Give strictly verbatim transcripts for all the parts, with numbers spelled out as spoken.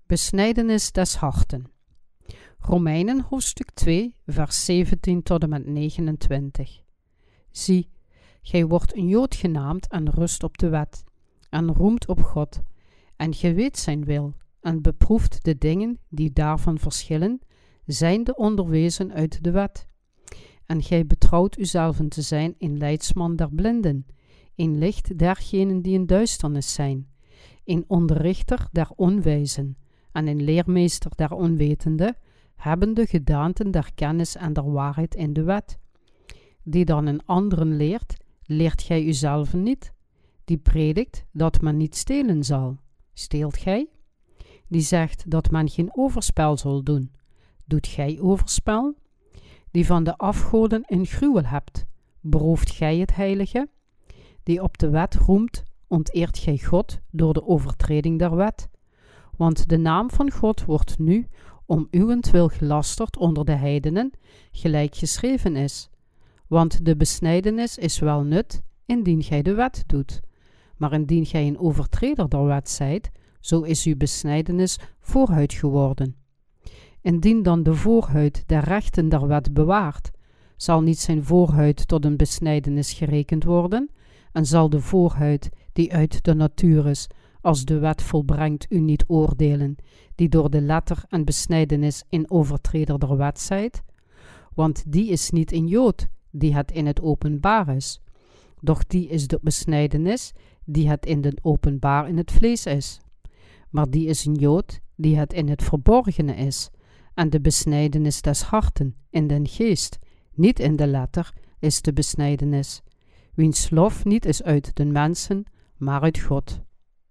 Besnijdenis des harten. Romeinen hoofdstuk twee, vers zeventien tot en met negenentwintig. Zie, gij wordt een Jood genaamd en rust op de wet, en roemt op God, en ge weet zijn wil, en beproeft de dingen die daarvan verschillen, zijnde onderwezen uit de wet. En gij betrouwt uzelven te zijn een leidsman der blinden, een licht dergenen die in duisternis zijn, een onderrichter der onwijzen, en een leermeester der onwetenden, hebben de gedaanten der kennis en der waarheid in de wet. Die dan een anderen leert, leert gij uzelven niet? Die predikt dat men niet stelen zal. Steelt gij? Die zegt dat men geen overspel zal doen. Doet gij overspel? Die van de afgoden een gruwel hebt, berooft gij het heilige? Die op de wet roemt, onteert gij God door de overtreding der wet? Want de naam van God wordt nu om uwentwil gelasterd onder de heidenen, gelijk geschreven is. Want de besnijdenis is wel nut, indien gij de wet doet. Maar indien gij een overtreder der wet zijt, zo is uw besnijdenis voorhuid geworden. Indien dan de voorhuid der rechten der wet bewaart, zal niet zijn voorhuid tot een besnijdenis gerekend worden, en zal de voorhuid die uit de natuur is, als de wet volbrengt u niet oordelen, die door de letter en besnijdenis een overtreder der wet zijt? Want die is niet een Jood, die het in het openbaar is, doch die is de besnijdenis, die het in het openbaar in het vlees is. Maar die is een Jood, die het in het verborgene is, en de besnijdenis des harten, in den geest, niet in de letter, is de besnijdenis, wiens lof niet is uit den mensen, maar uit God.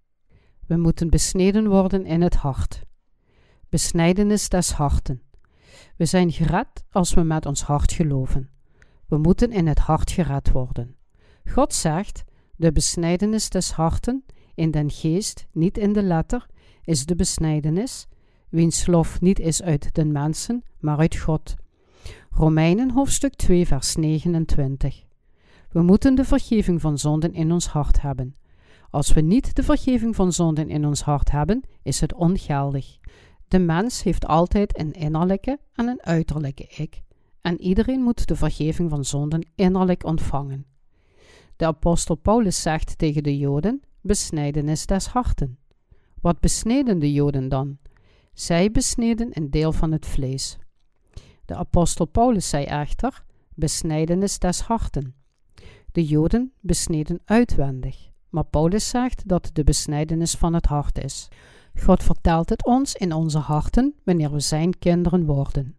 We moeten besneden worden in het hart. Besnijdenis des harten. We zijn gered als we met ons hart geloven. We moeten in het hart gered worden. God zegt, de besnijdenis des harten, in den geest, niet in de letter, is de besnijdenis, wiens lof niet is uit den mensen, maar uit God. Romeinen hoofdstuk twee, vers negenentwintig. We moeten de vergeving van zonden in ons hart hebben. Als we niet de vergeving van zonden in ons hart hebben, is het ongeldig. De mens heeft altijd een innerlijke en een uiterlijke ik, en iedereen moet de vergeving van zonden innerlijk ontvangen. De apostel Paulus zegt tegen de Joden, besnijdenis des harten. Wat besneden de Joden dan? Zij besneden een deel van het vlees. De apostel Paulus zei echter, besnijdenis des harten. De Joden besneden uitwendig. Maar Paulus zegt dat de besnijdenis van het hart is. God vertelt het ons in onze harten wanneer we zijn kinderen worden.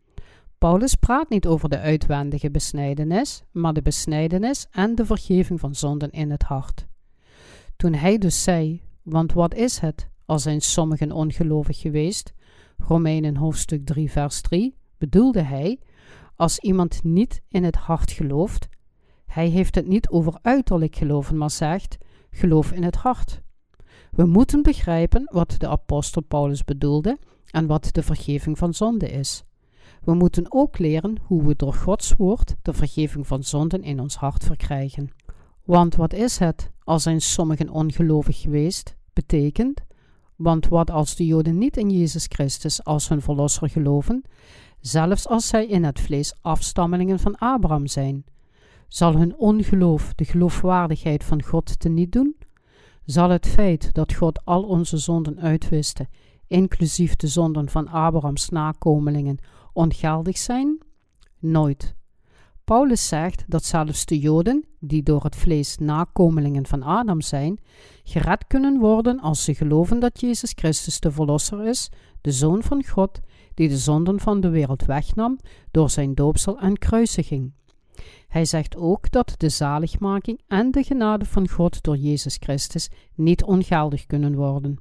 Paulus praat niet over de uitwendige besnijdenis, maar de besnijdenis en de vergeving van zonden in het hart. Toen hij dus zei, want wat is het, al zijn sommigen ongelovig geweest, Romeinen hoofdstuk drie vers drie, bedoelde hij, als iemand niet in het hart gelooft, hij heeft het niet over uiterlijk geloven, maar zegt, geloof in het hart. We moeten begrijpen wat de apostel Paulus bedoelde en wat de vergeving van zonde is. We moeten ook leren hoe we door Gods woord de vergeving van zonden in ons hart verkrijgen. Want wat is het, al zijn sommigen ongelovig geweest, betekent, want wat als de Joden niet in Jezus Christus als hun verlosser geloven, zelfs als zij in het vlees afstammelingen van Abraham zijn, zal hun ongeloof de geloofwaardigheid van God teniet doen? Zal het feit dat God al onze zonden uitwiste, inclusief de zonden van Abrahams nakomelingen, ongeldig zijn? Nooit. Paulus zegt dat zelfs de Joden, die door het vlees nakomelingen van Adam zijn, gered kunnen worden als ze geloven dat Jezus Christus de Verlosser is, de Zoon van God, die de zonden van de wereld wegnam door zijn doopsel en kruisiging. Hij zegt ook dat de zaligmaking en de genade van God door Jezus Christus niet ongeldig kunnen worden.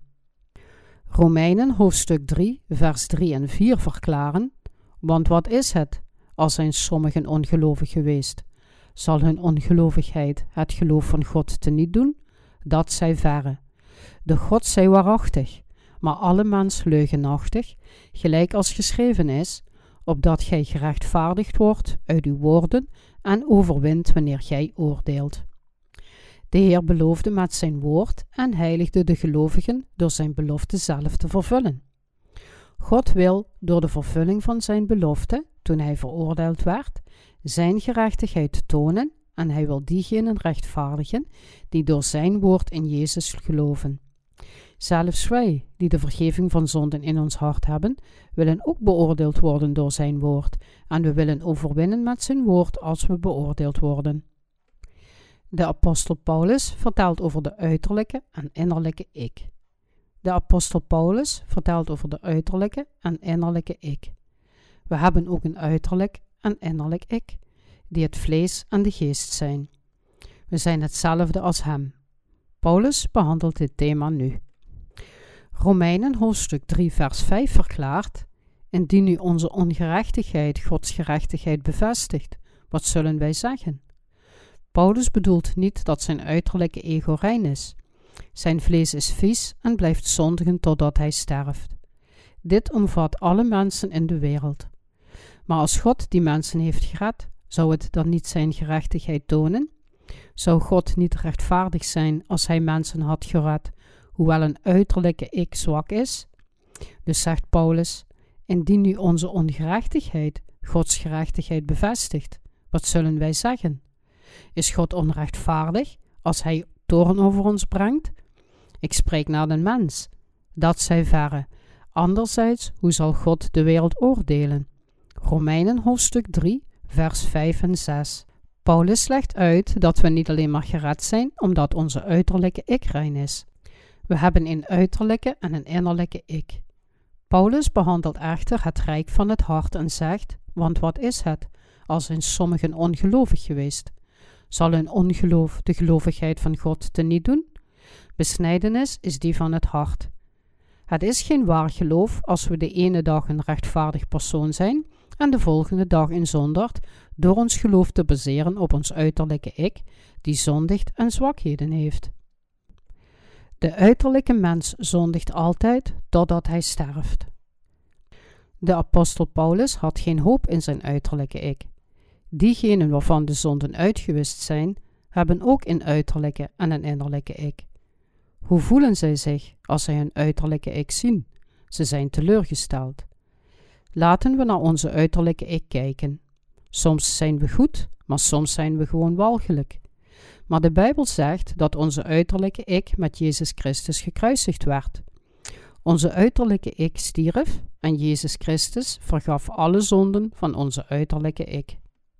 Romeinen hoofdstuk drie, vers drie en vier verklaren, want wat is het, als zijn sommigen ongelovig geweest? Zal hun ongelovigheid het geloof van God teniet doen? Dat zij verre. De God zij waarachtig, maar alle mens leugenachtig, gelijk als geschreven is, opdat gij gerechtvaardigd wordt uit uw woorden en overwint wanneer gij oordeelt. De Heer beloofde met zijn woord en heiligde de gelovigen door zijn belofte zelf te vervullen. God wil door de vervulling van zijn belofte, toen hij veroordeeld werd, zijn gerechtigheid tonen en hij wil diegenen rechtvaardigen die door zijn woord in Jezus geloven. Zelfs wij, die de vergeving van zonden in ons hart hebben, willen ook beoordeeld worden door zijn woord en we willen overwinnen met zijn woord als we beoordeeld worden. De apostel Paulus vertelt over de uiterlijke en innerlijke ik. De apostel Paulus vertelt over de uiterlijke en innerlijke ik. We hebben ook een uiterlijk en innerlijk ik, die het vlees en de geest zijn. We zijn hetzelfde als hem. Paulus behandelt dit thema nu. Romeinen hoofdstuk drie vers vijf verklaart: indien nu onze ongerechtigheid Gods gerechtigheid bevestigt, wat zullen wij zeggen? Paulus bedoelt niet dat zijn uiterlijke ego rein is. Zijn vlees is vies en blijft zondigen totdat hij sterft. Dit omvat alle mensen in de wereld. Maar als God die mensen heeft gered, zou het dan niet zijn gerechtigheid tonen? Zou God niet rechtvaardig zijn als hij mensen had gered, hoewel een uiterlijke ik zwak is? Dus zegt Paulus: indien nu onze ongerechtigheid Gods gerechtigheid bevestigt, wat zullen wij zeggen? Is God onrechtvaardig als hij toorn over ons brengt? Ik spreek naar de mens. Dat zij verre. Anderzijds, hoe zal God de wereld oordelen? Romeinen hoofdstuk drie, vers vijf en zes. Paulus legt uit dat we niet alleen maar gered zijn omdat onze uiterlijke ik rein is. We hebben een uiterlijke en een innerlijke ik. Paulus behandelt echter het rijk van het hart en zegt: want wat is het, als zijn sommigen ongelovig geweest? Zal hun ongeloof de gelovigheid van God teniet doen? Besnijdenis is die van het hart. Het is geen waar geloof als we de ene dag een rechtvaardig persoon zijn en de volgende dag een zondaard, door ons geloof te baseren op ons uiterlijke ik, die zondigt en zwakheden heeft. De uiterlijke mens zondigt altijd totdat hij sterft. De apostel Paulus had geen hoop in zijn uiterlijke ik. Diegenen waarvan de zonden uitgewist zijn, hebben ook een uiterlijke en een innerlijke ik. Hoe voelen zij zich als zij hun uiterlijke ik zien? Ze zijn teleurgesteld. Laten we naar onze uiterlijke ik kijken. Soms zijn we goed, maar soms zijn we gewoon walgelijk. Maar de Bijbel zegt dat onze uiterlijke ik met Jezus Christus gekruisigd werd. Onze uiterlijke ik stierf en Jezus Christus vergaf alle zonden van onze uiterlijke ik.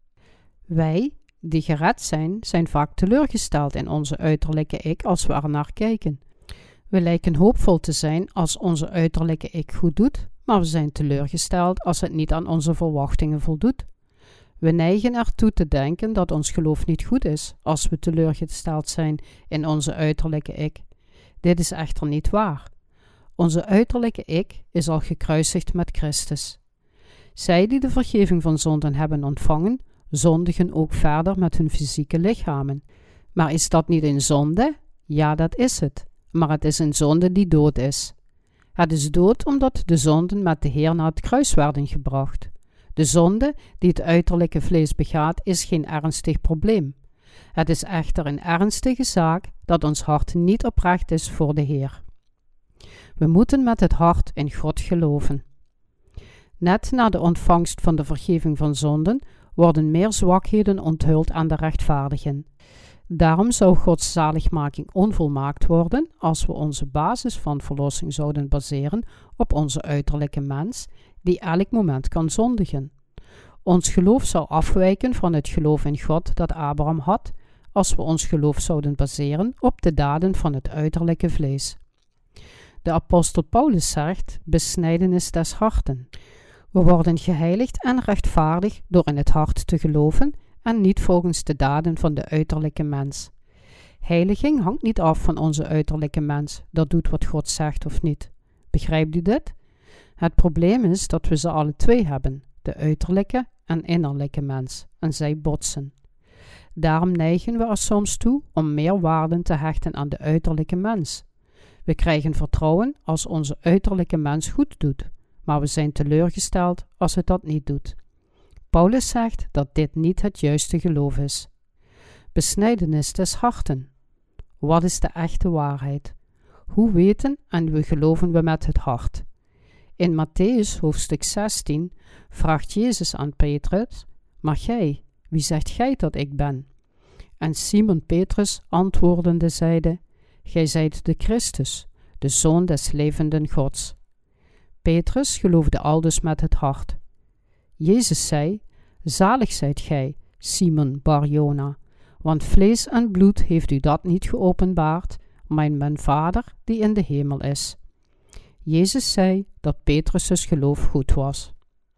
Wij, die gered zijn, zijn vaak teleurgesteld in onze uiterlijke ik als we ernaar kijken. We lijken hoopvol te zijn als onze uiterlijke ik goed doet, maar we zijn teleurgesteld als het niet aan onze verwachtingen voldoet. We neigen ertoe te denken dat ons geloof niet goed is als we teleurgesteld zijn in onze uiterlijke ik. Dit is echter niet waar. Onze uiterlijke ik is al gekruisigd met Christus. Zij die de vergeving van zonden hebben ontvangen, zondigen ook verder met hun fysieke lichamen. Maar is dat niet een zonde? Ja, dat is het. Maar het is een zonde die dood is. Het is dood omdat de zonden met de Heer naar het kruis werden gebracht. De zonde die het uiterlijke vlees begaat is geen ernstig probleem. Het is echter een ernstige zaak dat ons hart niet oprecht is voor de Heer. We moeten met het hart in God geloven. Net na de ontvangst van de vergeving van zonden worden meer zwakheden onthuld aan de rechtvaardigen. Daarom zou Gods zaligmaking onvolmaakt worden als we onze basis van verlossing zouden baseren op onze uiterlijke mens, die elk moment kan zondigen. Ons geloof zou afwijken van het geloof in God dat Abraham had, als we ons geloof zouden baseren op de daden van het uiterlijke vlees. De apostel Paulus zegt: besnijdenis des harten. We worden geheiligd en rechtvaardig door in het hart te geloven en niet volgens de daden van de uiterlijke mens. Heiliging hangt niet af van onze uiterlijke mens, dat doet wat God zegt of niet. Begrijpt u dit? Het probleem is dat we ze alle twee hebben, de uiterlijke en innerlijke mens, en zij botsen. Daarom neigen we er soms toe om meer waarde te hechten aan de uiterlijke mens. We krijgen vertrouwen als onze uiterlijke mens goed doet, maar we zijn teleurgesteld als het dat niet doet. Paulus zegt dat dit niet het juiste geloof is. Besnijdenis des harten. Wat is de echte waarheid? Hoe weten en hoe geloven we met het hart? In Mattheüs hoofdstuk zestien vraagt Jezus aan Petrus: maar gij, wie zegt gij dat ik ben? En Simon Petrus antwoordende zeide: gij zijt de Christus, de Zoon des levenden Gods. Petrus geloofde aldus met het hart. Jezus zei: zalig zijt gij, Simon Bar-Jona, want vlees en bloed heeft u dat niet geopenbaard, maar mijn Vader die in de hemel is. Jezus zei dat Petrus' geloof goed was.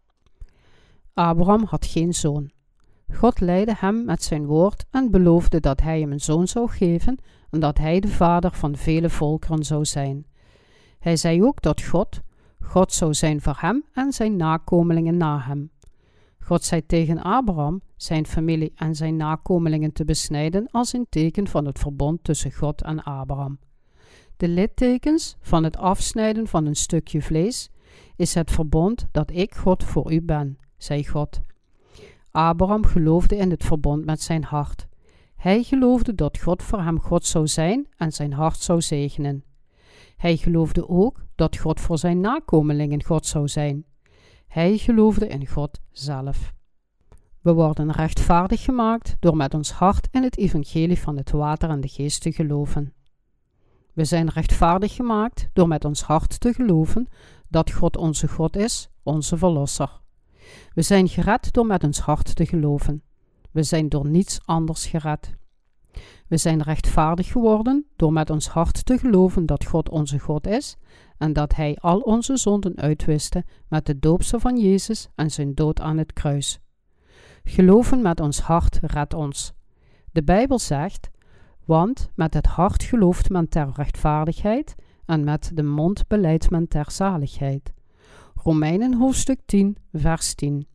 Abraham had geen zoon. God leidde hem met zijn woord en beloofde dat hij hem een zoon zou geven en dat hij de vader van vele volkeren zou zijn. Hij zei ook dat God, God zou zijn voor hem en zijn nakomelingen na hem. God zei tegen Abraham zijn familie en zijn nakomelingen te besnijden als een teken van het verbond tussen God en Abraham. De littekens van het afsnijden van een stukje vlees is het verbond dat ik God voor u ben, zei God. Abraham geloofde in het verbond met zijn hart. Hij geloofde dat God voor hem God zou zijn en zijn hart zou zegenen. Hij geloofde ook dat God voor zijn nakomelingen God zou zijn. Hij geloofde in God zelf. We worden rechtvaardig gemaakt door met ons hart in het evangelie van het water en de geest te geloven. We zijn rechtvaardig gemaakt door met ons hart te geloven dat God onze God is, onze Verlosser. We zijn gered door met ons hart te geloven. We zijn door niets anders gered. We zijn rechtvaardig geworden door met ons hart te geloven dat God onze God is en dat Hij al onze zonden uitwiste met de doopsel van Jezus en zijn dood aan het kruis. Geloven met ons hart redt ons. De Bijbel zegt: want met het hart gelooft men ter rechtvaardigheid en met de mond belijdt men ter zaligheid. Romeinen hoofdstuk tien, vers tien.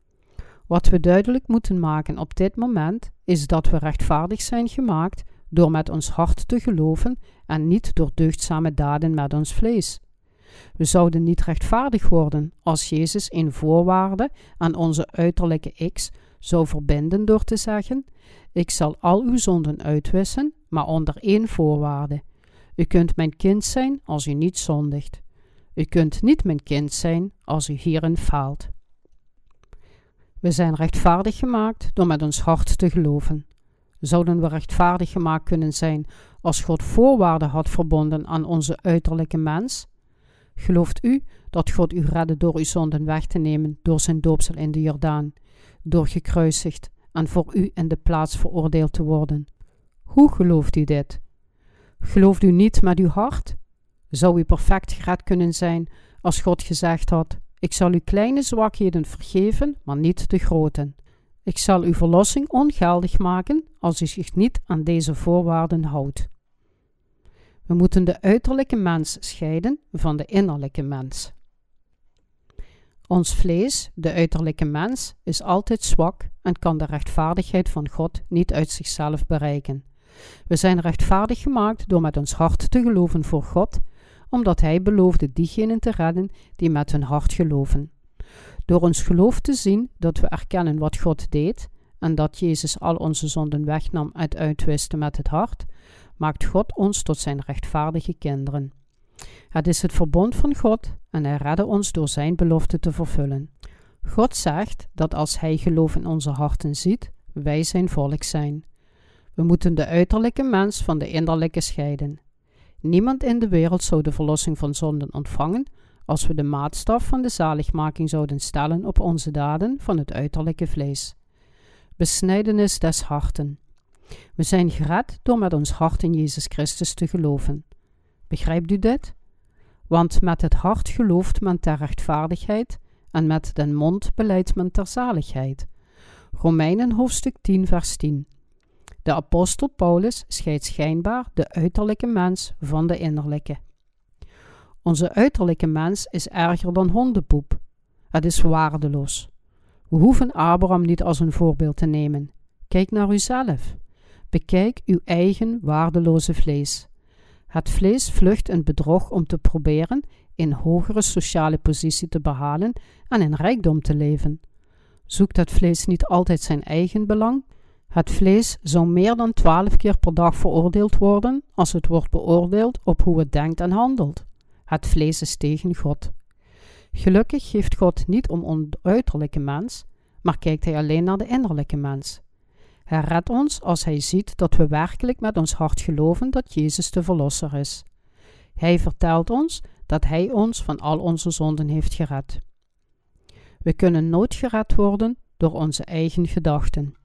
Wat we duidelijk moeten maken op dit moment is dat we rechtvaardig zijn gemaakt door met ons hart te geloven en niet door deugdzame daden met ons vlees. We zouden niet rechtvaardig worden als Jezus een voorwaarde aan onze uiterlijke ik zou verbinden door te zeggen: ik zal al uw zonden uitwissen, maar onder één voorwaarde. U kunt mijn kind zijn als u niet zondigt. U kunt niet mijn kind zijn als u hierin faalt. We zijn rechtvaardig gemaakt door met ons hart te geloven. Zouden we rechtvaardig gemaakt kunnen zijn als God voorwaarden had verbonden aan onze uiterlijke mens? Gelooft u dat God u redde door uw zonden weg te nemen door zijn doopsel in de Jordaan, door gekruisigd en voor u in de plaats veroordeeld te worden? Hoe gelooft u dit? Gelooft u niet met uw hart? Zou u perfect gered kunnen zijn als God gezegd had: ik zal uw kleine zwakheden vergeven, maar niet de groten. Ik zal uw verlossing ongeldig maken als u zich niet aan deze voorwaarden houdt. We moeten de uiterlijke mens scheiden van de innerlijke mens. Ons vlees, de uiterlijke mens, is altijd zwak en kan de rechtvaardigheid van God niet uit zichzelf bereiken. We zijn rechtvaardig gemaakt door met ons hart te geloven voor God, omdat Hij beloofde diegenen te redden die met hun hart geloven. Door ons geloof te zien dat we erkennen wat God deed en dat Jezus al onze zonden wegnam en uitwiste met het hart, maakt God ons tot zijn rechtvaardige kinderen. Het is het verbond van God en Hij redde ons door zijn belofte te vervullen. God zegt dat als Hij geloof in onze harten ziet, wij zijn volk zijn. We moeten de uiterlijke mens van de innerlijke scheiden. Niemand in de wereld zou de verlossing van zonden ontvangen als we de maatstaf van de zaligmaking zouden stellen op onze daden van het uiterlijke vlees. Besnijdenis des harten. We zijn gered door met ons hart in Jezus Christus te geloven. Begrijpt u dit? Want met het hart gelooft men ter rechtvaardigheid en met den mond belijdt men ter zaligheid. Romeinen hoofdstuk tien vers tien. De apostel Paulus scheidt schijnbaar de uiterlijke mens van de innerlijke. Onze uiterlijke mens is erger dan hondenpoep. Het is waardeloos. We hoeven Abraham niet als een voorbeeld te nemen. Kijk naar uzelf. Bekijk uw eigen waardeloze vlees. Het vlees vlucht in bedrog om te proberen een hogere sociale positie te behalen en in rijkdom te leven. Zoekt het vlees niet altijd zijn eigen belang? Het vlees zou meer dan twaalf keer per dag veroordeeld worden als het wordt beoordeeld op hoe het denkt en handelt. Het vlees is tegen God. Gelukkig geeft God niet om ons uiterlijke mens, maar kijkt Hij alleen naar de innerlijke mens. Hij redt ons als Hij ziet dat we werkelijk met ons hart geloven dat Jezus de Verlosser is. Hij vertelt ons dat Hij ons van al onze zonden heeft gered. We kunnen nooit gered worden door onze eigen gedachten.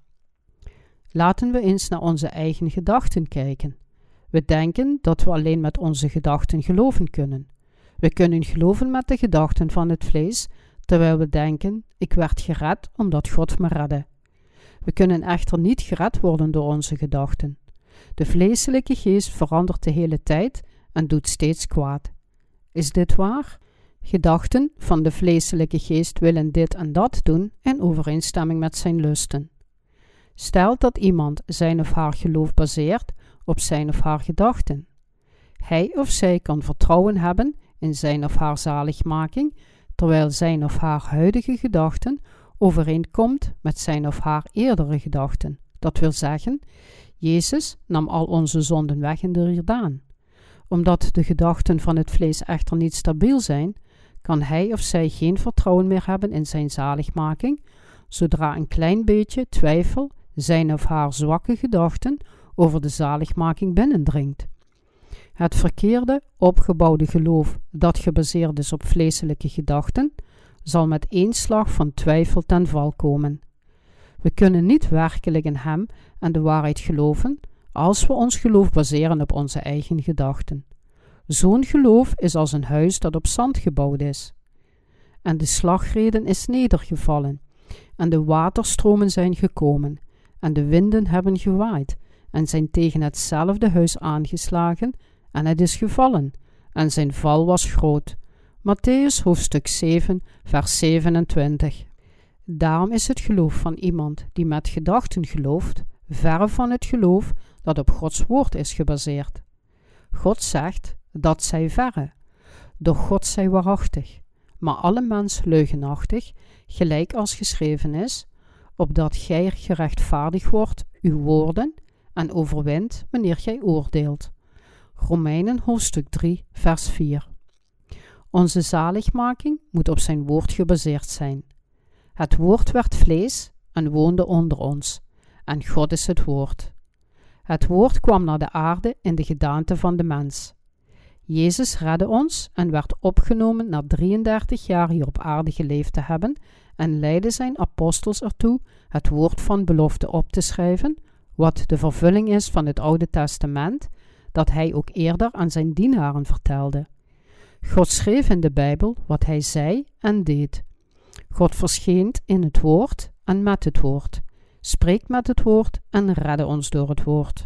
Laten we eens naar onze eigen gedachten kijken. We denken dat we alleen met onze gedachten geloven kunnen. We kunnen geloven met de gedachten van het vlees, terwijl we denken, ik werd gered omdat God me redde. We kunnen echter niet gered worden door onze gedachten. De vleeselijke geest verandert de hele tijd en doet steeds kwaad. Is dit waar? Gedachten van de vleeselijke geest willen dit en dat doen in overeenstemming met zijn lusten. Stel dat iemand zijn of haar geloof baseert op zijn of haar gedachten. Hij of zij kan vertrouwen hebben in zijn of haar zaligmaking, terwijl zijn of haar huidige gedachten overeenkomt met zijn of haar eerdere gedachten. Dat wil zeggen, Jezus nam al onze zonden weg in de Jordaan. Omdat de gedachten van het vlees echter niet stabiel zijn, kan hij of zij geen vertrouwen meer hebben in zijn zaligmaking, zodra een klein beetje twijfel zijn of haar zwakke gedachten over de zaligmaking binnendringt. Het verkeerde, opgebouwde geloof dat gebaseerd is op vleeselijke gedachten, zal met één slag van twijfel ten val komen. We kunnen niet werkelijk in Hem en de waarheid geloven als we ons geloof baseren op onze eigen gedachten. Zo'n geloof is als een huis dat op zand gebouwd is. En de slagreden is nedergevallen, en de waterstromen zijn gekomen, en de winden hebben gewaaid, en zijn tegen hetzelfde huis aangeslagen, en het is gevallen, en zijn val was groot. Mattheüs hoofdstuk zeven, vers zevenentwintig. Daarom is het geloof van iemand die met gedachten gelooft, verre van het geloof dat op Gods woord is gebaseerd. God zegt, dat zij verre, doch God zij waarachtig, maar alle mens leugenachtig, gelijk als geschreven is, opdat gij gerechtvaardigd wordt uw woorden en overwint wanneer gij oordeelt. Romeinen hoofdstuk drie, vers vier. Onze zaligmaking moet op zijn woord gebaseerd zijn. Het woord werd vlees en woonde onder ons, en God is het woord. Het woord kwam naar de aarde in de gedaante van de mens. Jezus redde ons en werd opgenomen na drieëndertig jaar hier op aarde geleefd te hebben en leidde zijn apostels ertoe het woord van belofte op te schrijven, wat de vervulling is van het Oude Testament, dat hij ook eerder aan zijn dienaren vertelde. God schreef in de Bijbel wat hij zei en deed. God verscheen in het woord en met het woord, spreekt met het woord en redde ons door het woord.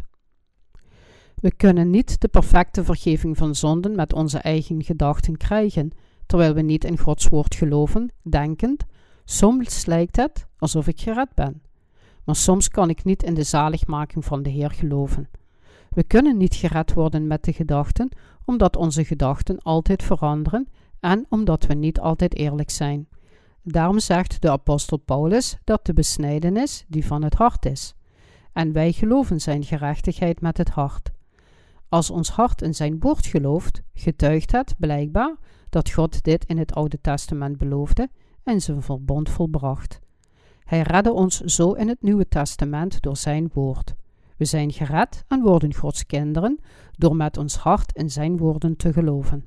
We kunnen niet de perfecte vergeving van zonden met onze eigen gedachten krijgen, terwijl we niet in Gods woord geloven, denkend, soms lijkt het alsof ik gered ben, maar soms kan ik niet in de zaligmaking van de Heer geloven. We kunnen niet gered worden met de gedachten, omdat onze gedachten altijd veranderen en omdat we niet altijd eerlijk zijn. Daarom zegt de apostel Paulus dat de besnijdenis die van het hart is. En wij geloven zijn gerechtigheid met het hart. Als ons hart in zijn woord gelooft, getuigt het blijkbaar dat God dit in het Oude Testament beloofde en zijn verbond volbracht. Hij redde ons zo in het Nieuwe Testament door zijn woord. We zijn gered en worden Gods kinderen door met ons hart in zijn woorden te geloven.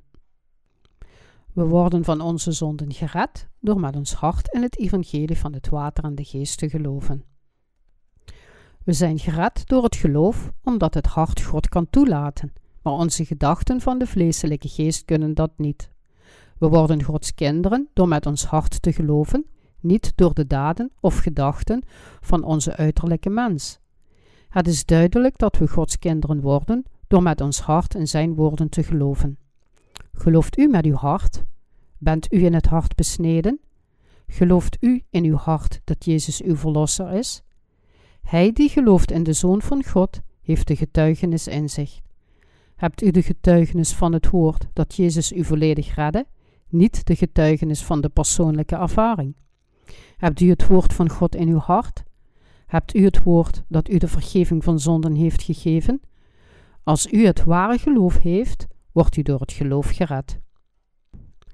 We worden van onze zonden gered door met ons hart in het evangelie van het water en de geest te geloven. We zijn gered door het geloof, omdat het hart God kan toelaten, maar onze gedachten van de vleeselijke geest kunnen dat niet. We worden Gods kinderen door met ons hart te geloven, niet door de daden of gedachten van onze uiterlijke mens. Het is duidelijk dat we Gods kinderen worden door met ons hart in zijn woorden te geloven. Gelooft u met uw hart? Bent u in het hart besneden? Gelooft u in uw hart dat Jezus uw verlosser is? Hij die gelooft in de Zoon van God, heeft de getuigenis in zich. Hebt u de getuigenis van het woord dat Jezus u volledig redde, niet de getuigenis van de persoonlijke ervaring? Hebt u het woord van God in uw hart? Hebt u het woord dat u de vergeving van zonden heeft gegeven? Als u het ware geloof heeft, wordt u door het geloof gered.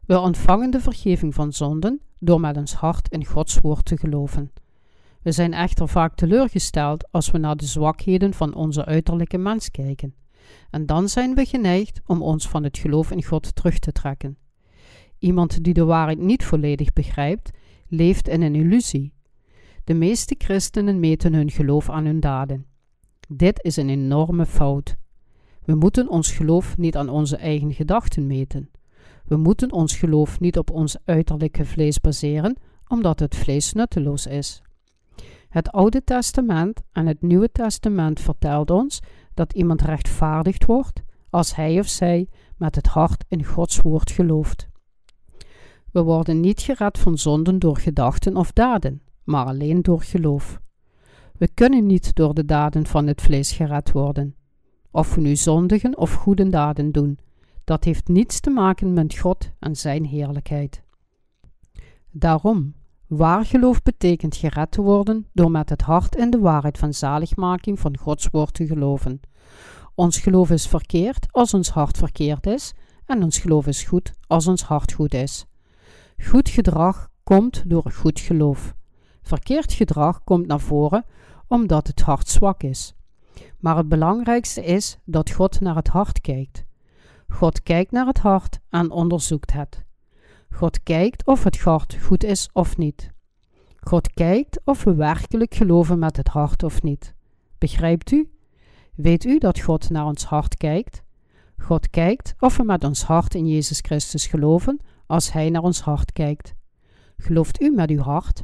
We ontvangen de vergeving van zonden door met ons hart in Gods woord te geloven. We zijn echter vaak teleurgesteld als we naar de zwakheden van onze uiterlijke mens kijken. En dan zijn we geneigd om ons van het geloof in God terug te trekken. Iemand die de waarheid niet volledig begrijpt, leeft in een illusie. De meeste christenen meten hun geloof aan hun daden. Dit is een enorme fout. We moeten ons geloof niet aan onze eigen gedachten meten. We moeten ons geloof niet op ons uiterlijke vlees baseren, omdat het vlees nutteloos is. Het Oude Testament en het Nieuwe Testament vertelt ons dat iemand rechtvaardigd wordt als hij of zij met het hart in Gods woord gelooft. We worden niet gered van zonden door gedachten of daden, maar alleen door geloof. We kunnen niet door de daden van het vlees gered worden. Of we nu zondigen of goede daden doen, dat heeft niets te maken met God en zijn heerlijkheid. Daarom, waar geloof betekent gered te worden door met het hart in de waarheid van zaligmaking van Gods woord te geloven. Ons geloof is verkeerd als ons hart verkeerd is en ons geloof is goed als ons hart goed is. Goed gedrag komt door goed geloof. Verkeerd gedrag komt naar voren omdat het hart zwak is. Maar het belangrijkste is dat God naar het hart kijkt. God kijkt naar het hart en onderzoekt het. God kijkt of het hart goed is of niet. God kijkt of we werkelijk geloven met het hart of niet. Begrijpt u? Weet u dat God naar ons hart kijkt? God kijkt of we met ons hart in Jezus Christus geloven als Hij naar ons hart kijkt. Gelooft u met uw hart?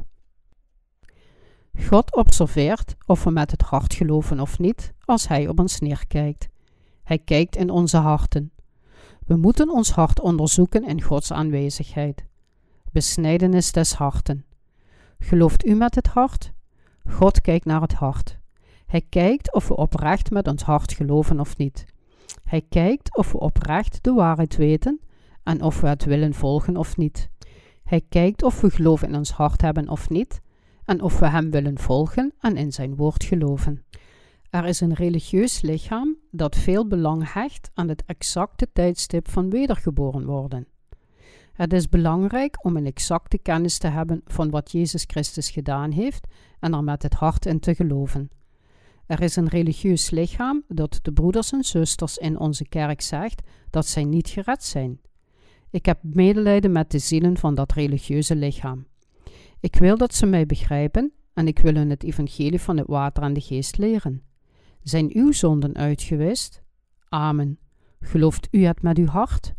God observeert of we met het hart geloven of niet als Hij op ons neerkijkt. Hij kijkt in onze harten. We moeten ons hart onderzoeken in Gods aanwezigheid. Besnijdenis des harten. Gelooft u met het hart? God kijkt naar het hart. Hij kijkt of we oprecht met ons hart geloven of niet. Hij kijkt of we oprecht de waarheid weten en of we het willen volgen of niet. Hij kijkt of we geloof in ons hart hebben of niet en of we Hem willen volgen en in Zijn woord geloven. Er is een religieus lichaam dat veel belang hecht aan het exacte tijdstip van wedergeboren worden. Het is belangrijk om een exacte kennis te hebben van wat Jezus Christus gedaan heeft en er met het hart in te geloven. Er is een religieus lichaam dat de broeders en zusters in onze kerk zegt dat zij niet gered zijn. Ik heb medelijden met de zielen van dat religieuze lichaam. Ik wil dat ze mij begrijpen en ik wil hun het evangelie van het water en de geest leren. Zijn uw zonden uitgewist? Amen. Gelooft u het met uw hart?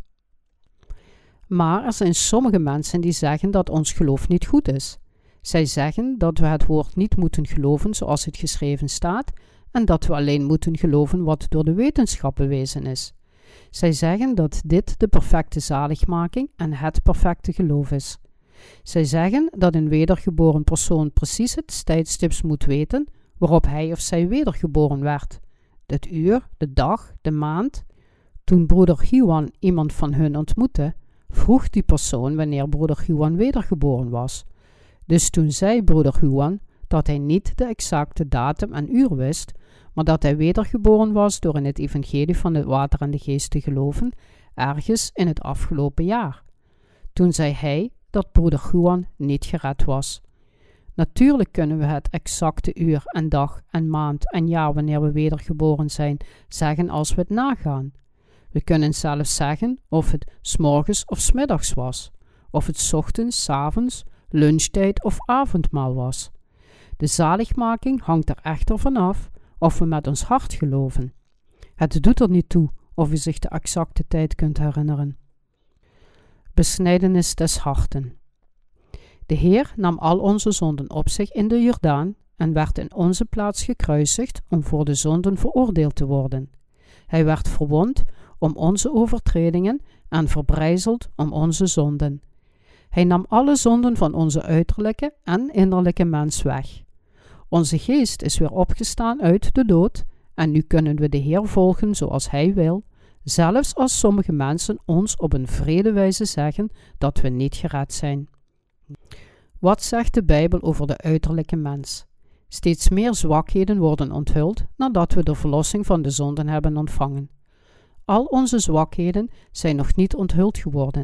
Maar er zijn sommige mensen die zeggen dat ons geloof niet goed is. Zij zeggen dat we het woord niet moeten geloven zoals het geschreven staat en dat we alleen moeten geloven wat door de wetenschap bewezen is. Zij zeggen dat dit de perfecte zaligmaking en het perfecte geloof is. Zij zeggen dat een wedergeboren persoon precies het tijdstip moet weten waarop hij of zij wedergeboren werd. Het uur, de dag, de maand. Toen broeder Juan iemand van hun ontmoette, vroeg die persoon wanneer broeder Juan wedergeboren was. Dus toen zei broeder Juan dat hij niet de exacte datum en uur wist, maar dat hij wedergeboren was door in het evangelie van het water en de geest te geloven, ergens in het afgelopen jaar. Toen zei hij dat broeder Juan niet gered was. Natuurlijk kunnen we het exacte uur en dag en maand en jaar wanneer we wedergeboren zijn zeggen als we het nagaan. We kunnen zelfs zeggen of het 's morgens of 's middags was, of het 's ochtends, 's avonds, lunchtijd of avondmaal was. De zaligmaking hangt er echter vanaf of we met ons hart geloven. Het doet er niet toe of u zich de exacte tijd kunt herinneren. Besnijdenis des harten. De Heer nam al onze zonden op zich in de Jordaan en werd in onze plaats gekruisigd om voor de zonden veroordeeld te worden. Hij werd verwond om onze overtredingen en verbrijzeld om onze zonden. Hij nam alle zonden van onze uiterlijke en innerlijke mens weg. Onze geest is weer opgestaan uit de dood en nu kunnen we de Heer volgen zoals Hij wil, zelfs als sommige mensen ons op een wrede wijze zeggen dat we niet gered zijn. Wat zegt de Bijbel over de uiterlijke mens? Steeds meer zwakheden worden onthuld nadat we de verlossing van de zonden hebben ontvangen. Al onze zwakheden zijn nog niet onthuld geworden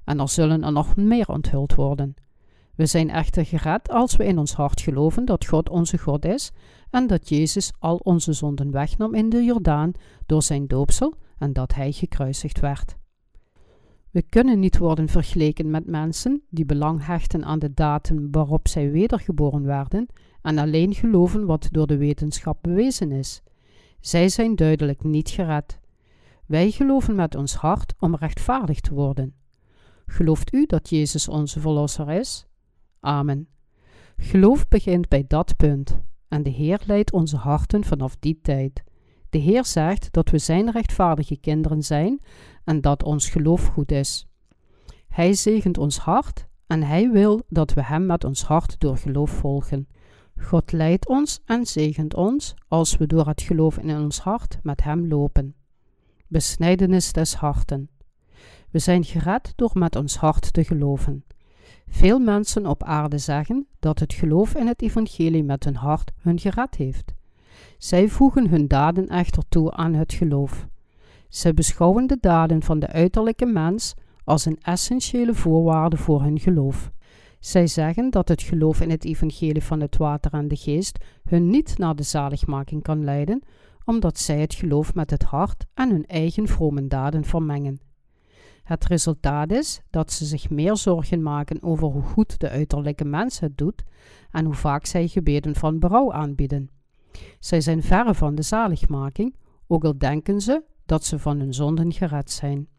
En er zullen er nog meer onthuld worden. We zijn echter gered als we in ons hart geloven dat God onze God is en dat Jezus al onze zonden wegnam in de Jordaan door zijn doopsel en dat hij gekruisigd werd. We kunnen niet worden vergeleken met mensen die belang hechten aan de datum waarop zij wedergeboren werden en alleen geloven wat door de wetenschap bewezen is. Zij zijn duidelijk niet gered. Wij geloven met ons hart om rechtvaardig te worden. Gelooft u dat Jezus onze verlosser is? Amen. Geloof begint bij dat punt en de Heer leidt onze harten vanaf die tijd. De Heer zegt dat we zijn rechtvaardige kinderen zijn en dat ons geloof goed is. Hij zegent ons hart en Hij wil dat we Hem met ons hart door geloof volgen. God leidt ons en zegent ons als we door het geloof in ons hart met Hem lopen. Besnijdenis des harten. We zijn gered door met ons hart te geloven. Veel mensen op aarde zeggen dat het geloof in het evangelie met hun hart hun gered heeft. Zij voegen hun daden echter toe aan het geloof. Zij beschouwen de daden van de uiterlijke mens als een essentiële voorwaarde voor hun geloof. Zij zeggen dat het geloof in het evangelie van het water en de geest hun niet naar de zaligmaking kan leiden, omdat zij het geloof met het hart en hun eigen vrome daden vermengen. Het resultaat is dat ze zich meer zorgen maken over hoe goed de uiterlijke mens het doet en hoe vaak zij gebeden van berouw aanbieden. Zij zijn verre van de zaligmaking, ook al denken ze dat ze van hun zonden gered zijn.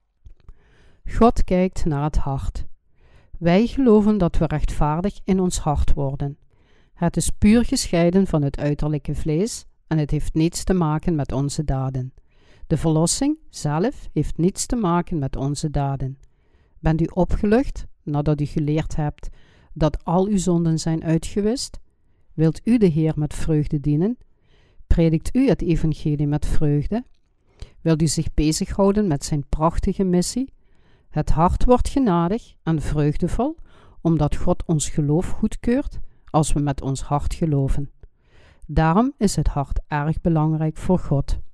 God kijkt naar het hart. Wij geloven dat we rechtvaardig in ons hart worden. Het is puur gescheiden van het uiterlijke vlees en het heeft niets te maken met onze daden. De verlossing zelf heeft niets te maken met onze daden. Bent u opgelucht nadat u geleerd hebt dat al uw zonden zijn uitgewist? Wilt u de Heer met vreugde dienen? Predikt u het evangelie met vreugde? Wilt u zich bezighouden met zijn prachtige missie? Het hart wordt genadig en vreugdevol, omdat God ons geloof goedkeurt als we met ons hart geloven. Daarom is het hart erg belangrijk voor God.